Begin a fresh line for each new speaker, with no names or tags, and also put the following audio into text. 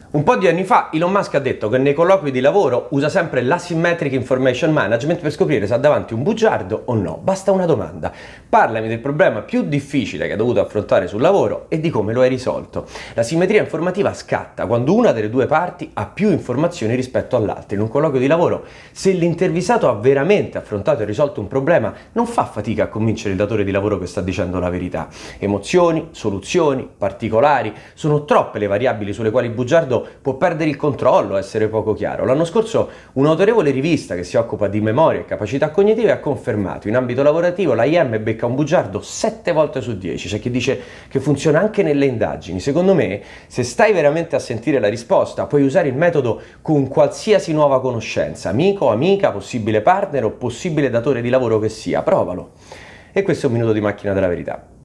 Un po' di anni fa Elon Musk ha detto che nei colloqui di lavoro usa sempre l'Asymmetric Information Management per scoprire se ha davanti un bugiardo o no. Basta una domanda. Parlami del problema più difficile che hai dovuto affrontare sul lavoro e di come lo hai risolto. La simmetria informativa scatta quando una delle due parti ha più informazioni rispetto all'altra. In un colloquio di lavoro, se l'intervistato ha veramente affrontato e risolto un problema, non fa fatica a convincere il datore di lavoro che sta dicendo la verità. Emozioni, soluzioni, particolari, sono troppe le variabili sulle quali il bugiardo può perdere il controllo, essere poco chiaro. L'anno scorso un'autorevole rivista che si occupa di memoria e capacità cognitive ha confermato in ambito lavorativo la IM becca un bugiardo 7 volte su 10. C'è chi dice che funziona anche nelle indagini. Secondo me, se stai veramente a sentire la risposta, puoi usare il metodo con qualsiasi nuova conoscenza, amico, amica, possibile partner o possibile datore di lavoro che sia. Provalo. E questo è un minuto di macchina della verità.